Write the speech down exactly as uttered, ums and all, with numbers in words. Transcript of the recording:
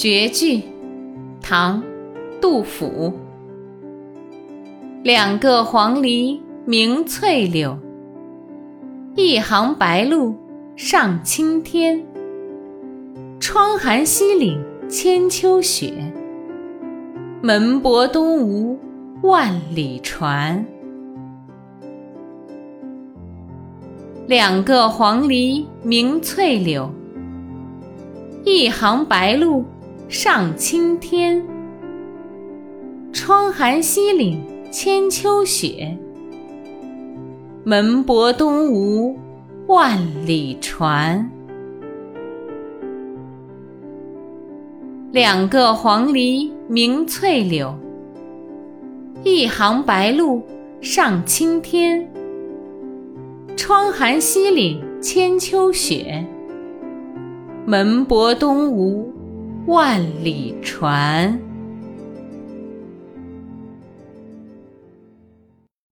绝句，唐·杜甫。两个黄鹂鸣翠柳，一行白鹭上青天。窗含西岭千秋雪，门泊东吴万里船。两个黄鹂鸣翠柳，一行白鹭上青天。窗含西岭千秋雪，门泊东吴万里船。两个黄鹂鸣翠柳，一行白鹭上青天。窗含西岭千秋雪，门泊东吴万里船。